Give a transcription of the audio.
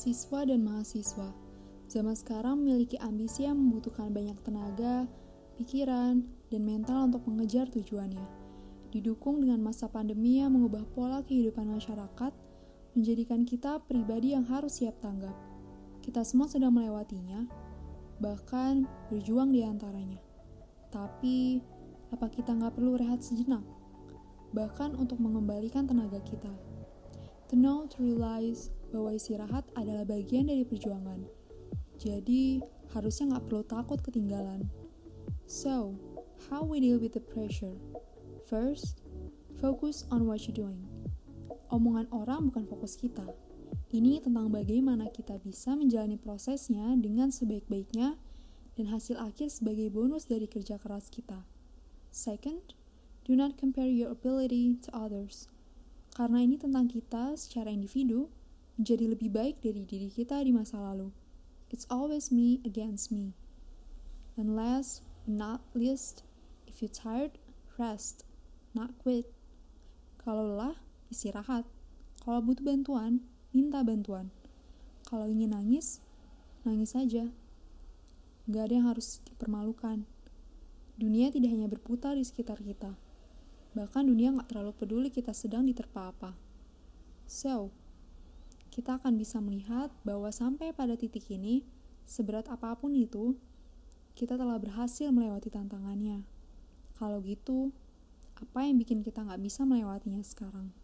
Siswa dan mahasiswa, zaman sekarang memiliki ambisi yang membutuhkan banyak tenaga, pikiran, dan mental untuk mengejar tujuannya. Didukung dengan masa pandemi yang mengubah pola kehidupan masyarakat, menjadikan kita pribadi yang harus siap tanggap. Kita semua sedang melewatinya, bahkan berjuang di antaranya. Tapi, apa kita nggak perlu rehat sejenak? Bahkan untuk mengembalikan tenaga kita. To know, to realize bahwa istirahat adalah bagian dari perjuangan. Jadi, harusnya nggak perlu takut ketinggalan. So, how we deal with the pressure? First, focus on what you're doing. Omongan orang bukan fokus kita. Ini tentang bagaimana kita bisa menjalani prosesnya dengan sebaik-baiknya dan hasil akhir sebagai bonus dari kerja keras kita. Second, do not compare your ability to others. Karena ini tentang kita secara individu menjadi lebih baik dari diri kita di masa lalu. It's always me against me. And last but not least, if you're tired, rest, not quit. Kalau lelah, istirahat. Kalau butuh bantuan, minta bantuan. Kalau ingin nangis, nangis saja. Gak ada yang harus dipermalukan. Dunia tidak hanya berputar di sekitar kita. Bahkan dunia gak terlalu peduli kita sedang diterpa apa. So, kita akan bisa melihat bahwa sampai pada titik ini, seberat apapun itu, kita telah berhasil melewati tantangannya. Kalau gitu, apa yang bikin kita gak bisa melewatinya sekarang?